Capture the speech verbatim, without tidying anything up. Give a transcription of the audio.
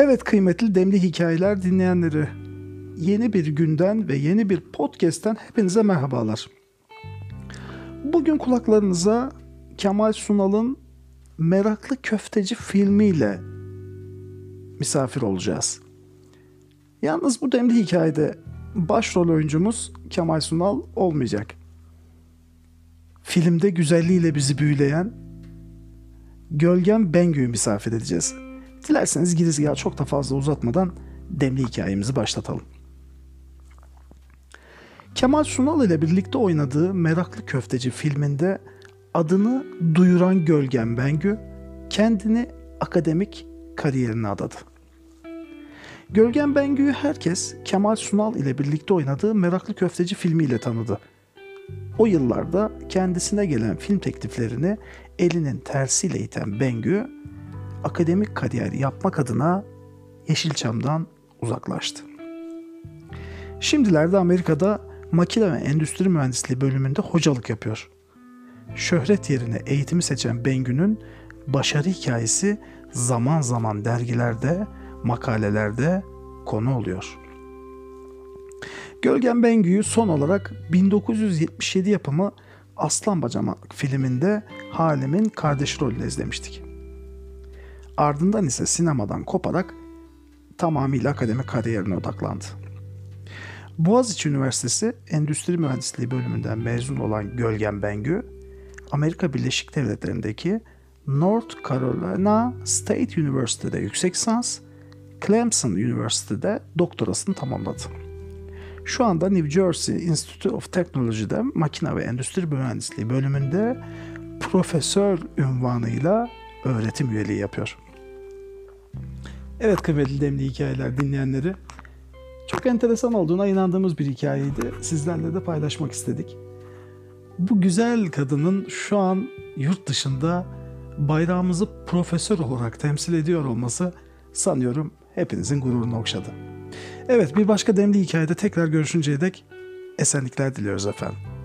Evet kıymetli Demli Hikayeler dinleyenleri, yeni bir günden ve yeni bir podcast'ten hepinize merhabalar. Bugün kulaklarınıza Kemal Sunal'ın Meraklı Köfteci filmiyle misafir olacağız. Yalnız bu Demli Hikaye'de başrol oyuncumuz Kemal Sunal olmayacak. Filmde güzelliğiyle bizi büyüleyen Gölgen Bengü'yü misafir edeceğiz. Dilerseniz girizgahı çok da fazla uzatmadan Demli hikayemizi başlatalım. Kemal Sunal ile birlikte oynadığı Meraklı Köfteci filminde adını duyuran Gölgen Bengü kendini akademik kariyerine adadı. Gölgen Bengü'yü herkes Kemal Sunal ile birlikte oynadığı Meraklı Köfteci filmiyle tanıdı. O yıllarda kendisine gelen film tekliflerini elinin tersiyle iten Bengü, akademik kariyer yapmak adına Yeşilçam'dan uzaklaştı. Şimdilerde Amerika'da makine ve endüstri mühendisliği bölümünde hocalık yapıyor. Şöhret yerine eğitimi seçen Bengü'nün başarı hikayesi zaman zaman dergilerde, makalelerde konu oluyor. Gölgen Bengü'yü son olarak bin dokuz yüz yetmiş yedi yapımı Aslan Bacamak filminde Halim'in kardeşi rolüyle izlemiştik. Ardından ise sinemadan koparak tamamıyla akademik kariyerine odaklandı. Boğaziçi Üniversitesi Endüstri Mühendisliği bölümünden mezun olan Gölgen Bengü, Amerika Birleşik Devletleri'ndeki North Carolina State University'de yüksek lisans, Clemson University'de doktorasını tamamladı. Şu anda New Jersey Institute of Technology'de Makine ve Endüstri Mühendisliği bölümünde profesör unvanıyla öğretim üyeliği yapıyor. Evet kıymetli Demli Hikayeler dinleyenleri, çok enteresan olduğuna inandığımız bir hikayeydi. Sizlerle de paylaşmak istedik. Bu güzel kadının şu an yurt dışında bayrağımızı profesör olarak temsil ediyor olması sanıyorum hepinizin gururunu okşadı. Evet, bir başka Demli Hikaye'de tekrar görüşünceye dek esenlikler diliyoruz efendim.